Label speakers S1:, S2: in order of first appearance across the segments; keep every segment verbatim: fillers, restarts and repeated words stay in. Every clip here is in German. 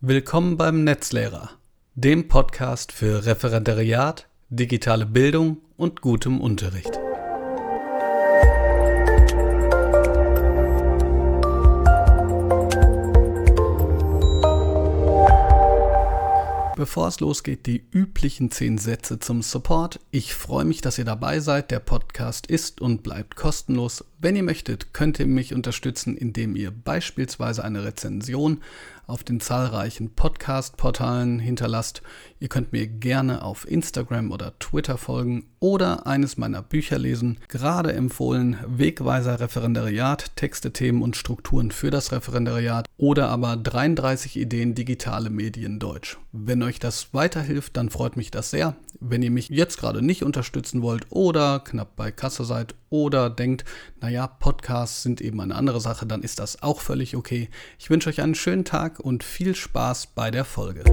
S1: Willkommen beim Netzlehrer, dem Podcast für Referendariat, digitale Bildung und gutem Unterricht. Bevor es losgeht, die üblichen zehn Sätze zum Support. Ich freue mich, dass ihr dabei seid. Der Podcast ist und bleibt kostenlos. Wenn ihr möchtet, könnt ihr mich unterstützen, indem ihr beispielsweise eine Rezension auf den zahlreichen Podcast-Portalen hinterlasst. Ihr könnt mir gerne auf Instagram oder Twitter folgen oder eines meiner Bücher lesen. Gerade empfohlen Wegweiser Referendariat, Texte, Themen und Strukturen für das Referendariat oder aber dreiunddreißig Ideen digitale Medien Deutsch. Wenn euch das weiterhilft, dann freut mich das sehr. Wenn ihr mich jetzt gerade nicht unterstützen wollt oder knapp bei Kasse seid oder denkt, naja, Podcasts sind eben eine andere Sache, dann ist das auch völlig okay. Ich wünsche euch einen schönen Tag und viel Spaß bei der Folge.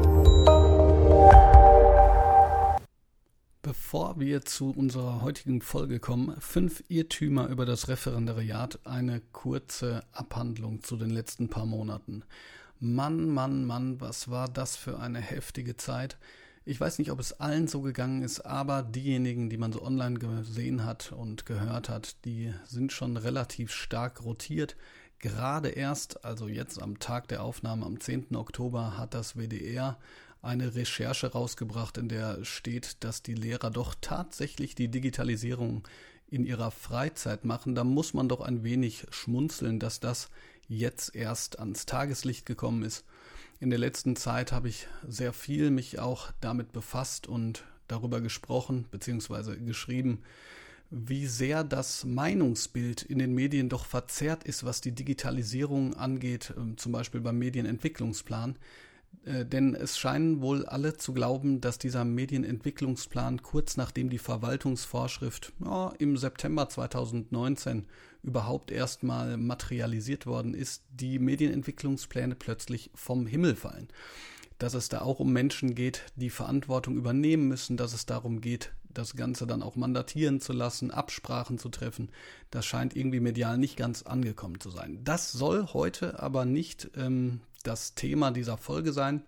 S1: Bevor wir zu unserer heutigen Folge kommen, fünf Irrtümer über das Referendariat, eine kurze Abhandlung zu den letzten paar Monaten. Mann, Mann, Mann, was war das für eine heftige Zeit. Ich weiß nicht, ob es allen so gegangen ist, aber diejenigen, die man so online gesehen hat und gehört hat, die sind schon relativ stark rotiert. Gerade erst, also jetzt am Tag der Aufnahme am zehnten Oktober, hat das W D R eine Recherche rausgebracht, in der steht, dass die Lehrer doch tatsächlich die Digitalisierung in ihrer Freizeit machen. Da muss man doch ein wenig schmunzeln, dass das jetzt erst ans Tageslicht gekommen ist. In der letzten Zeit habe ich sehr viel mich auch damit befasst und darüber gesprochen bzw. geschrieben, wie sehr das Meinungsbild in den Medien doch verzerrt ist, was die Digitalisierung angeht, zum Beispiel beim Medienentwicklungsplan. Denn es scheinen wohl alle zu glauben, dass dieser Medienentwicklungsplan kurz nachdem die Verwaltungsvorschrift ja, im September zweitausendneunzehn überhaupt erstmal materialisiert worden ist, die Medienentwicklungspläne plötzlich vom Himmel fallen. Dass es da auch um Menschen geht, die Verantwortung übernehmen müssen, dass es darum geht, das Ganze dann auch mandatieren zu lassen, Absprachen zu treffen, das scheint irgendwie medial nicht ganz angekommen zu sein. Das soll heute aber nicht ähm, das Thema dieser Folge sein,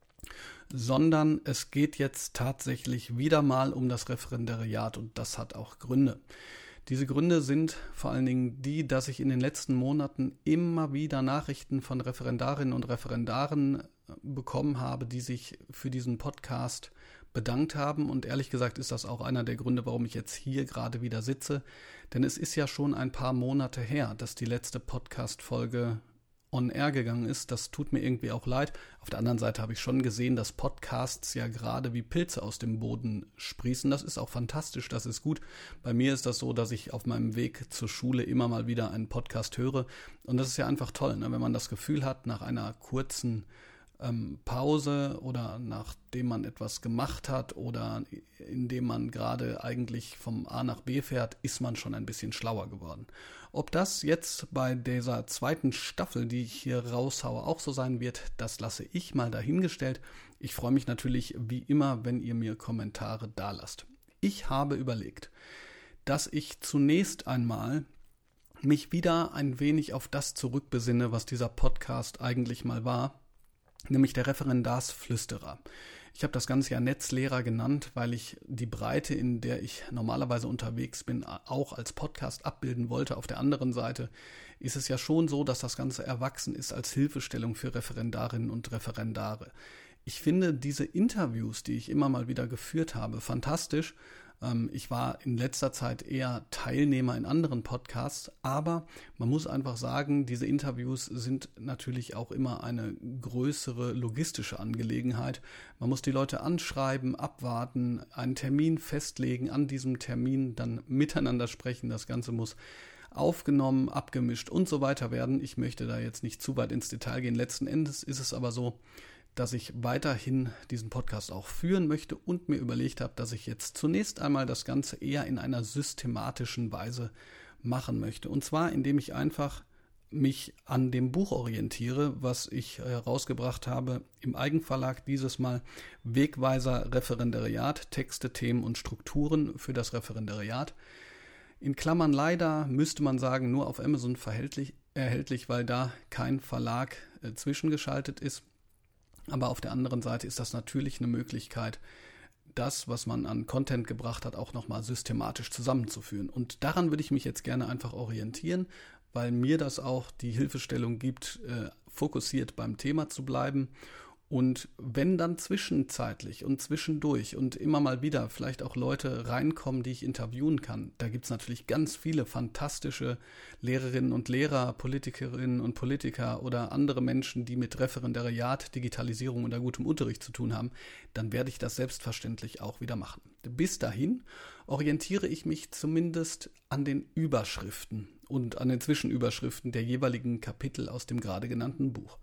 S1: sondern es geht jetzt tatsächlich wieder mal um das Referendariat und das hat auch Gründe. Diese Gründe sind vor allen Dingen die, dass ich in den letzten Monaten immer wieder Nachrichten von Referendarinnen und Referendaren bekommen habe, die sich für diesen Podcast bedankt haben. Und ehrlich gesagt ist das auch einer der Gründe, warum ich jetzt hier gerade wieder sitze. Denn es ist ja schon ein paar Monate her, dass die letzte Podcast-Folge on air gegangen ist. Das tut mir irgendwie auch leid. Auf der anderen Seite habe ich schon gesehen, dass Podcasts ja gerade wie Pilze aus dem Boden sprießen. Das ist auch fantastisch, das ist gut. Bei mir ist das so, dass ich auf meinem Weg zur Schule immer mal wieder einen Podcast höre. Und das ist ja einfach toll, ne? Wenn man das Gefühl hat, nach einer kurzen ähm, Pause oder nachdem man etwas gemacht hat oder indem man gerade eigentlich vom A nach B fährt, ist man schon ein bisschen schlauer geworden. Ob das jetzt bei dieser zweiten Staffel, die ich hier raushaue, auch so sein wird, das lasse ich mal dahingestellt. Ich freue mich natürlich wie immer, wenn ihr mir Kommentare dalasst. Ich habe überlegt, dass ich zunächst einmal mich wieder ein wenig auf das zurückbesinne, was dieser Podcast eigentlich mal war, nämlich der Referendarsflüsterer. Ich habe das Ganze ja Netzlehrer genannt, weil ich die Breite, in der ich normalerweise unterwegs bin, auch als Podcast abbilden wollte. Auf der anderen Seite ist es ja schon so, dass das Ganze erwachsen ist als Hilfestellung für Referendarinnen und Referendare. Ich finde diese Interviews, die ich immer mal wieder geführt habe, fantastisch. Ich war in letzter Zeit eher Teilnehmer in anderen Podcasts, aber man muss einfach sagen, diese Interviews sind natürlich auch immer eine größere logistische Angelegenheit. Man muss die Leute anschreiben, abwarten, einen Termin festlegen, an diesem Termin dann miteinander sprechen. Das Ganze muss aufgenommen, abgemischt und so weiter werden. Ich möchte da jetzt nicht zu weit ins Detail gehen. Letzten Endes ist es aber so, dass ich weiterhin diesen Podcast auch führen möchte und mir überlegt habe, dass ich jetzt zunächst einmal das Ganze eher in einer systematischen Weise machen möchte. Und zwar, indem ich einfach mich an dem Buch orientiere, was ich herausgebracht habe im Eigenverlag, dieses Mal Wegweiser Referendariat, Texte, Themen und Strukturen für das Referendariat. In Klammern leider, müsste man sagen, nur auf Amazon erhältlich, erhältlich weil da kein Verlag äh, zwischengeschaltet ist. Aber auf der anderen Seite ist das natürlich eine Möglichkeit, das, was man an Content gebracht hat, auch nochmal systematisch zusammenzuführen. Und daran würde ich mich jetzt gerne einfach orientieren, weil mir das auch die Hilfestellung gibt, äh, fokussiert beim Thema zu bleiben. Und wenn dann zwischenzeitlich und zwischendurch und immer mal wieder vielleicht auch Leute reinkommen, die ich interviewen kann, da gibt es natürlich ganz viele fantastische Lehrerinnen und Lehrer, Politikerinnen und Politiker oder andere Menschen, die mit Referendariat, Digitalisierung oder gutem Unterricht zu tun haben, dann werde ich das selbstverständlich auch wieder machen. Bis dahin orientiere ich mich zumindest an den Überschriften und an den Zwischenüberschriften der jeweiligen Kapitel aus dem gerade genannten Buch.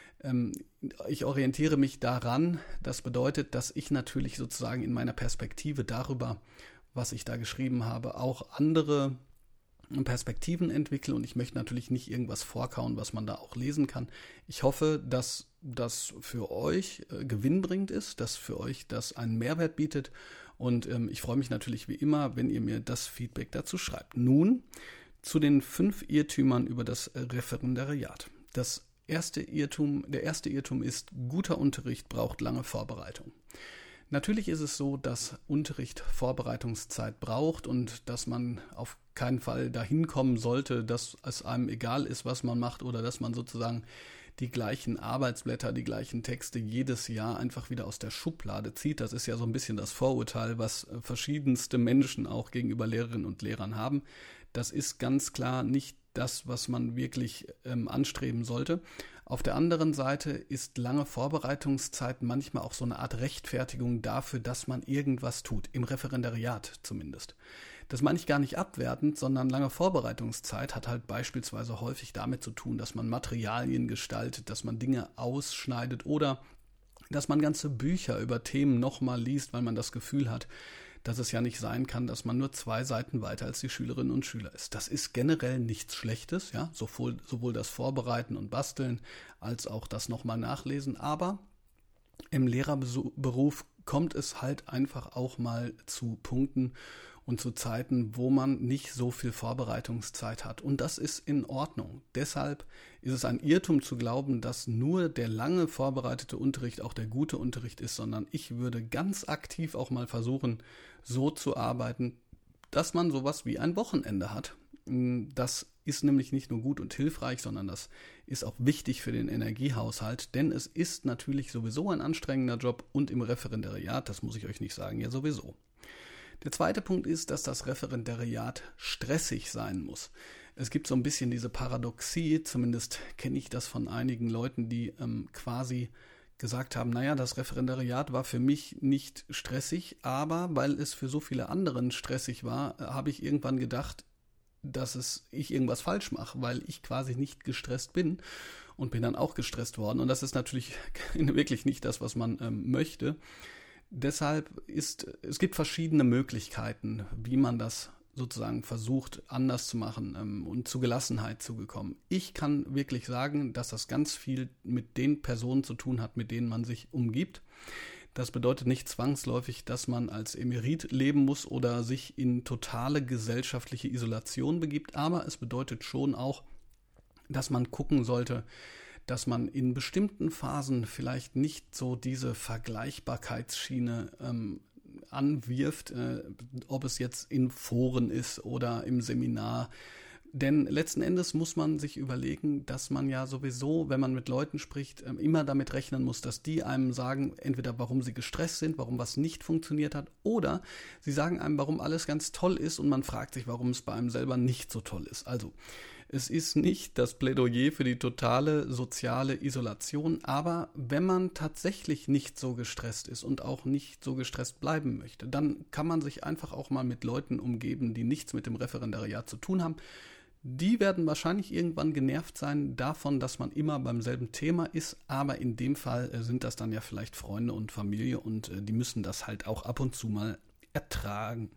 S1: Ich orientiere mich daran, das bedeutet, dass ich natürlich sozusagen in meiner Perspektive darüber, was ich da geschrieben habe, auch andere Perspektiven entwickle und ich möchte natürlich nicht irgendwas vorkauen, was man da auch lesen kann. Ich hoffe, dass das für euch gewinnbringend ist, dass für euch das einen Mehrwert bietet und ich freue mich natürlich wie immer, wenn ihr mir das Feedback dazu schreibt. Nun zu den fünf Irrtümern über das Referendariat. Das Erste Irrtum, der erste Irrtum ist, guter Unterricht braucht lange Vorbereitung. Natürlich ist es so, dass Unterricht Vorbereitungszeit braucht und dass man auf keinen Fall dahin kommen sollte, dass es einem egal ist, was man macht oder dass man sozusagen die gleichen Arbeitsblätter, die gleichen Texte jedes Jahr einfach wieder aus der Schublade zieht. Das ist ja so ein bisschen das Vorurteil, was verschiedenste Menschen auch gegenüber Lehrerinnen und Lehrern haben. Das ist ganz klar nicht das, was man wirklich ähm, anstreben sollte. Auf der anderen Seite ist lange Vorbereitungszeit manchmal auch so eine Art Rechtfertigung dafür, dass man irgendwas tut, im Referendariat zumindest. Das meine ich gar nicht abwertend, sondern lange Vorbereitungszeit hat halt beispielsweise häufig damit zu tun, dass man Materialien gestaltet, dass man Dinge ausschneidet oder dass man ganze Bücher über Themen nochmal liest, weil man das Gefühl hat, dass es ja nicht sein kann, dass man nur zwei Seiten weiter als die Schülerinnen und Schüler ist. Das ist generell nichts Schlechtes, ja, sowohl, sowohl das Vorbereiten und Basteln als auch das nochmal nachlesen. Aber im Lehrerberuf kommt es halt einfach auch mal zu Punkten und zu Zeiten, wo man nicht so viel Vorbereitungszeit hat. Und das ist in Ordnung. Deshalb ist es ein Irrtum zu glauben, dass nur der lange vorbereitete Unterricht auch der gute Unterricht ist, sondern ich würde ganz aktiv auch mal versuchen, so zu arbeiten, dass man sowas wie ein Wochenende hat. Das ist nämlich nicht nur gut und hilfreich, sondern das ist auch wichtig für den Energiehaushalt, denn es ist natürlich sowieso ein anstrengender Job und im Referendariat, das muss ich euch nicht sagen, ja sowieso. Der zweite Punkt ist, dass das Referendariat stressig sein muss. Es gibt so ein bisschen diese Paradoxie, zumindest kenne ich das von einigen Leuten, die ähm, quasi gesagt haben, naja, das Referendariat war für mich nicht stressig, aber weil es für so viele anderen stressig war, habe ich irgendwann gedacht, dass es, ich irgendwas falsch mache, weil ich quasi nicht gestresst bin und bin dann auch gestresst worden. Und das ist natürlich wirklich nicht das, was man ähm, möchte. Deshalb ist, es gibt verschiedene Möglichkeiten, wie man das sozusagen versucht, anders zu machen ähm, und zu Gelassenheit zu bekommen. Ich kann wirklich sagen, dass das ganz viel mit den Personen zu tun hat, mit denen man sich umgibt. Das bedeutet nicht zwangsläufig, dass man als Emerit leben muss oder sich in totale gesellschaftliche Isolation begibt, aber es bedeutet schon auch, dass man gucken sollte, dass man in bestimmten Phasen vielleicht nicht so diese Vergleichbarkeitsschiene ähm, anwirft, äh, ob es jetzt in Foren ist oder im Seminar. Denn letzten Endes muss man sich überlegen, dass man ja sowieso, wenn man mit Leuten spricht, immer damit rechnen muss, dass die einem sagen, entweder warum sie gestresst sind, warum was nicht funktioniert hat, oder sie sagen einem, warum alles ganz toll ist und man fragt sich, warum es bei einem selber nicht so toll ist. Also, es ist nicht das Plädoyer für die totale soziale Isolation, aber wenn man tatsächlich nicht so gestresst ist und auch nicht so gestresst bleiben möchte, dann kann man sich einfach auch mal mit Leuten umgeben, die nichts mit dem Referendariat zu tun haben. Die werden wahrscheinlich irgendwann genervt sein davon, dass man immer beim selben Thema ist, aber in dem Fall sind das dann ja vielleicht Freunde und Familie und die müssen das halt auch ab und zu mal ertragen.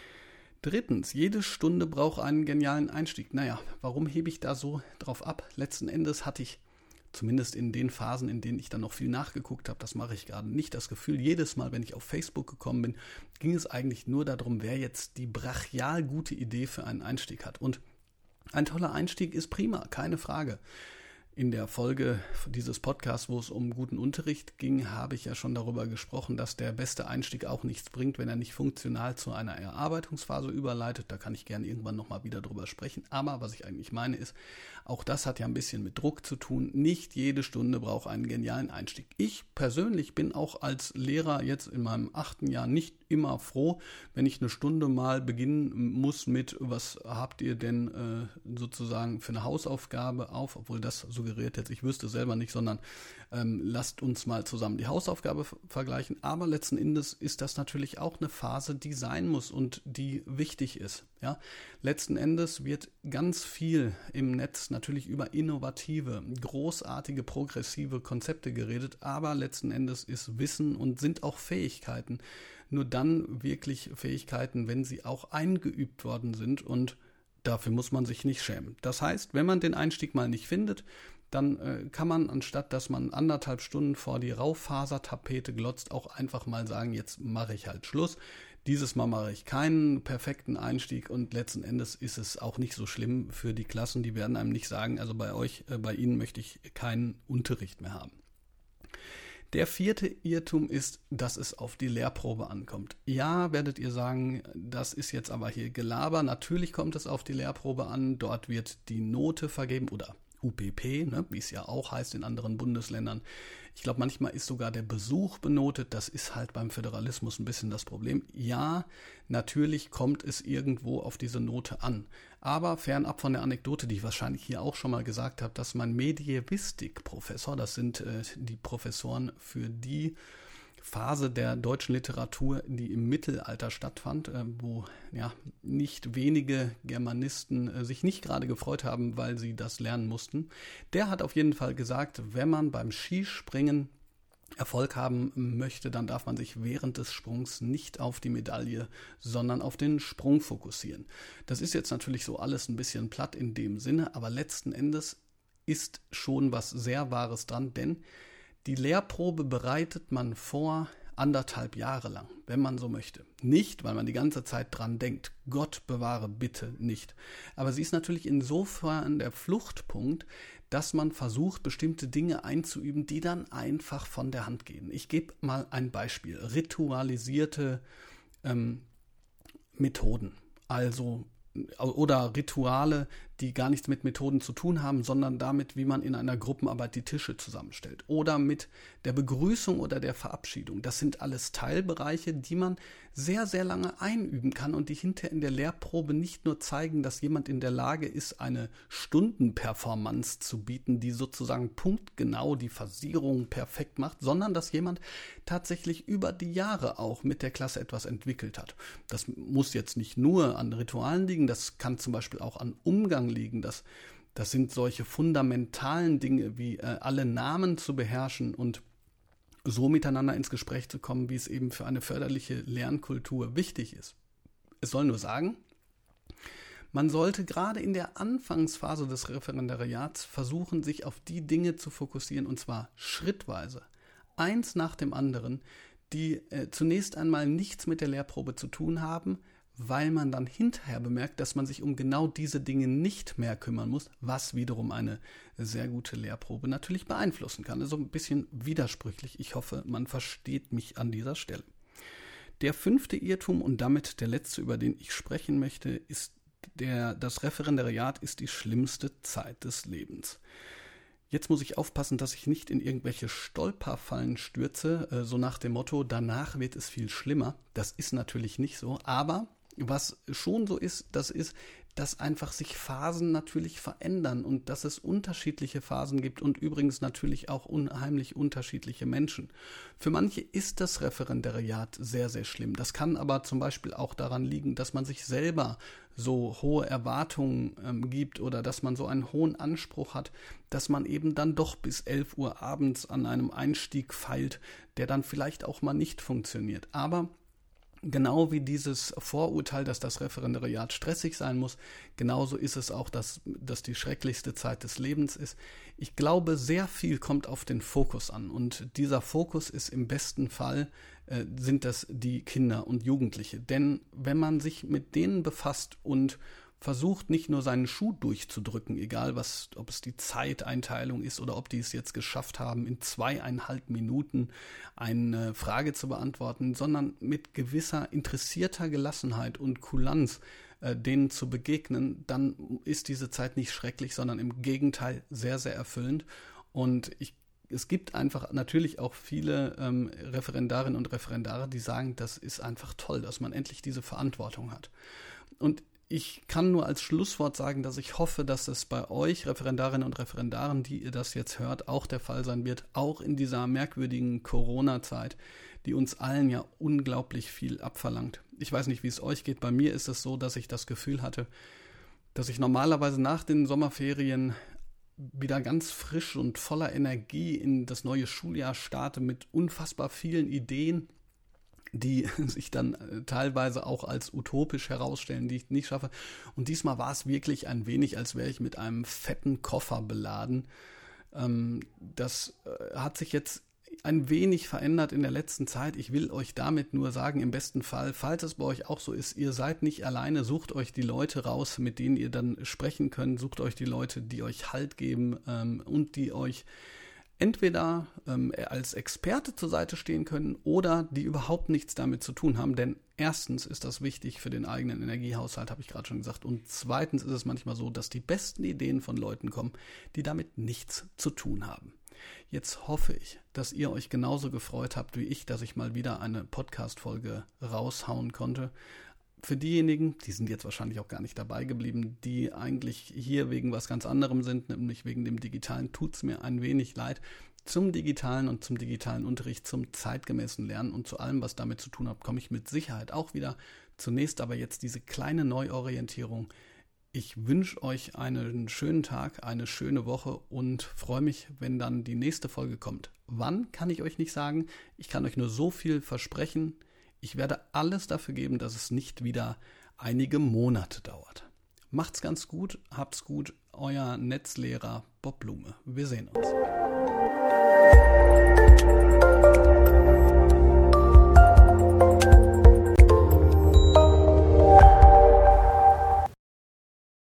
S1: Drittens, jede Stunde braucht einen genialen Einstieg. Naja, warum hebe ich da so drauf ab? Letzten Endes hatte ich, zumindest in den Phasen, in denen ich dann noch viel nachgeguckt habe, das mache ich gerade nicht, das Gefühl, jedes Mal, wenn ich auf Facebook gekommen bin, ging es eigentlich nur darum, wer jetzt die brachial gute Idee für einen Einstieg hat. Und ein toller Einstieg ist prima, keine Frage. In der Folge dieses Podcasts, wo es um guten Unterricht ging, habe ich ja schon darüber gesprochen, dass der beste Einstieg auch nichts bringt, wenn er nicht funktional zu einer Erarbeitungsphase überleitet. Da kann ich gerne irgendwann nochmal wieder drüber sprechen. Aber was ich eigentlich meine ist, auch das hat ja ein bisschen mit Druck zu tun. Nicht jede Stunde braucht einen genialen Einstieg. Ich persönlich bin auch als Lehrer jetzt in meinem achten Jahr nicht immer froh, wenn ich eine Stunde mal beginnen muss mit, was habt ihr denn äh, sozusagen für eine Hausaufgabe auf, obwohl das suggeriert jetzt, ich wüsste selber nicht, sondern ähm, lasst uns mal zusammen die Hausaufgabe f- vergleichen. Aber letzten Endes ist das natürlich auch eine Phase, die sein muss und die wichtig ist. Ja? Letzten Endes wird ganz viel im Netz natürlich über innovative, großartige, progressive Konzepte geredet, aber letzten Endes ist Wissen und sind auch Fähigkeiten nur dann wirklich Fähigkeiten, wenn sie auch eingeübt worden sind, und dafür muss man sich nicht schämen. Das heißt, wenn man den Einstieg mal nicht findet, dann äh, kann man, anstatt dass man anderthalb Stunden vor die Raufasertapete glotzt, auch einfach mal sagen, jetzt mache ich halt Schluss. Dieses Mal mache ich keinen perfekten Einstieg, und letzten Endes ist es auch nicht so schlimm für die Klassen. Die werden einem nicht sagen, also bei euch, äh, bei Ihnen möchte ich keinen Unterricht mehr haben. Der vierte Irrtum ist, dass es auf die Lehrprobe ankommt. Ja, werdet ihr sagen, das ist jetzt aber hier Gelaber. Natürlich kommt es auf die Lehrprobe an. Dort wird die Note vergeben oder U P P, ne, wie es ja auch heißt in anderen Bundesländern. Ich glaube, manchmal ist sogar der Besuch benotet. Das ist halt beim Föderalismus ein bisschen das Problem. Ja, natürlich kommt es irgendwo auf diese Note an. Aber fernab von der Anekdote, die ich wahrscheinlich hier auch schon mal gesagt habe, dass mein Medievistik-Professor, das sind äh, die Professoren für die Phase der deutschen Literatur, die im Mittelalter stattfand, äh, wo ja nicht wenige Germanisten äh, sich nicht gerade gefreut haben, weil sie das lernen mussten. Der hat auf jeden Fall gesagt, wenn man beim Skispringen Erfolg haben möchte, dann darf man sich während des Sprungs nicht auf die Medaille, sondern auf den Sprung fokussieren. Das ist jetzt natürlich so alles ein bisschen platt in dem Sinne, aber letzten Endes ist schon was sehr Wahres dran, denn die Lehrprobe bereitet man vor anderthalb Jahre lang, wenn man so möchte. Nicht, weil man die ganze Zeit dran denkt. Gott bewahre bitte nicht. Aber sie ist natürlich insofern der Fluchtpunkt, dass man versucht, bestimmte Dinge einzuüben, die dann einfach von der Hand gehen. Ich gebe mal ein Beispiel. Ritualisierte ähm, Methoden. Also oder Rituale, die gar nichts mit Methoden zu tun haben, sondern damit, wie man in einer Gruppenarbeit die Tische zusammenstellt. Oder mit der Begrüßung oder der Verabschiedung. Das sind alles Teilbereiche, die man sehr, sehr lange einüben kann und die hinterher in der Lehrprobe nicht nur zeigen, dass jemand in der Lage ist, eine Stundenperformance zu bieten, die sozusagen punktgenau die Phasierung perfekt macht, sondern dass jemand tatsächlich über die Jahre auch mit der Klasse etwas entwickelt hat. Das muss jetzt nicht nur an Ritualen liegen, das kann zum Beispiel auch an Umgang liegen. Das, das sind solche fundamentalen Dinge wie äh, alle Namen zu beherrschen und so miteinander ins Gespräch zu kommen, wie es eben für eine förderliche Lernkultur wichtig ist. Es soll nur sagen, man sollte gerade in der Anfangsphase des Referendariats versuchen, sich auf die Dinge zu fokussieren, und zwar schrittweise, eins nach dem anderen, die äh, zunächst einmal nichts mit der Lehrprobe zu tun haben, weil man dann hinterher bemerkt, dass man sich um genau diese Dinge nicht mehr kümmern muss, was wiederum eine sehr gute Lehrprobe natürlich beeinflussen kann. Also ein bisschen widersprüchlich. Ich hoffe, man versteht mich an dieser Stelle. Der fünfte Irrtum und damit der letzte, über den ich sprechen möchte, ist der, das Referendariat ist die schlimmste Zeit des Lebens. Jetzt muss ich aufpassen, dass ich nicht in irgendwelche Stolperfallen stürze, äh, so nach dem Motto, danach wird es viel schlimmer. Das ist natürlich nicht so, aber was schon so ist, das ist, dass einfach sich Phasen natürlich verändern und dass es unterschiedliche Phasen gibt und übrigens natürlich auch unheimlich unterschiedliche Menschen. Für manche ist das Referendariat sehr, sehr schlimm. Das kann aber zum Beispiel auch daran liegen, dass man sich selber so hohe Erwartungen ähm, gibt oder dass man so einen hohen Anspruch hat, dass man eben dann doch bis elf Uhr abends an einem Einstieg feilt, der dann vielleicht auch mal nicht funktioniert. Aber genau wie dieses Vorurteil, dass das Referendariat stressig sein muss, genauso ist es auch, dass das die schrecklichste Zeit des Lebens ist. Ich glaube, sehr viel kommt auf den Fokus an und dieser Fokus ist im besten Fall, äh, sind das die Kinder und Jugendliche. Denn wenn man sich mit denen befasst und versucht nicht nur seinen Schuh durchzudrücken, egal was, ob es die Zeiteinteilung ist oder ob die es jetzt geschafft haben, in zweieinhalb Minuten eine Frage zu beantworten, sondern mit gewisser interessierter Gelassenheit und Kulanz äh, denen zu begegnen, dann ist diese Zeit nicht schrecklich, sondern im Gegenteil sehr, sehr erfüllend. Und ich Es gibt einfach natürlich auch viele ähm, Referendarinnen und Referendare, die sagen, das ist einfach toll, dass man endlich diese Verantwortung hat. Und ich kann nur als Schlusswort sagen, dass ich hoffe, dass es bei euch, Referendarinnen und Referendaren, die ihr das jetzt hört, auch der Fall sein wird, auch in dieser merkwürdigen Corona-Zeit, die uns allen ja unglaublich viel abverlangt. Ich weiß nicht, wie es euch geht. Bei mir ist es so, dass ich das Gefühl hatte, dass ich normalerweise nach den Sommerferien wieder ganz frisch und voller Energie in das neue Schuljahr starte mit unfassbar vielen Ideen, die sich dann teilweise auch als utopisch herausstellen, die ich nicht schaffe. Und diesmal war es wirklich ein wenig, als wäre ich mit einem fetten Koffer beladen. Das hat sich jetzt ein wenig verändert in der letzten Zeit. Ich will euch damit nur sagen, im besten Fall, falls es bei euch auch so ist, ihr seid nicht alleine, sucht euch die Leute raus, mit denen ihr dann sprechen könnt, sucht euch die Leute, die euch Halt geben ähm, und die euch entweder ähm, als Experte zur Seite stehen können oder die überhaupt nichts damit zu tun haben, denn erstens ist das wichtig für den eigenen Energiehaushalt, habe ich gerade schon gesagt, und zweitens ist es manchmal so, dass die besten Ideen von Leuten kommen, die damit nichts zu tun haben. Jetzt hoffe ich, dass ihr euch genauso gefreut habt wie ich, dass ich mal wieder eine Podcast-Folge raushauen konnte. Für diejenigen, die sind jetzt wahrscheinlich auch gar nicht dabei geblieben, die eigentlich hier wegen was ganz anderem sind, nämlich wegen dem Digitalen, tut es mir ein wenig leid. Zum Digitalen und zum digitalen Unterricht, zum zeitgemäßen Lernen und zu allem, was damit zu tun hat, komme ich mit Sicherheit auch wieder. Zunächst aber jetzt diese kleine Neuorientierung. Ich wünsche euch einen schönen Tag, eine schöne Woche und freue mich, wenn dann die nächste Folge kommt. Wann, kann ich euch nicht sagen. Ich kann euch nur so viel versprechen. Ich werde alles dafür geben, dass es nicht wieder einige Monate dauert. Macht's ganz gut, habt's gut. Euer Netzlehrer Bob Blume. Wir sehen uns.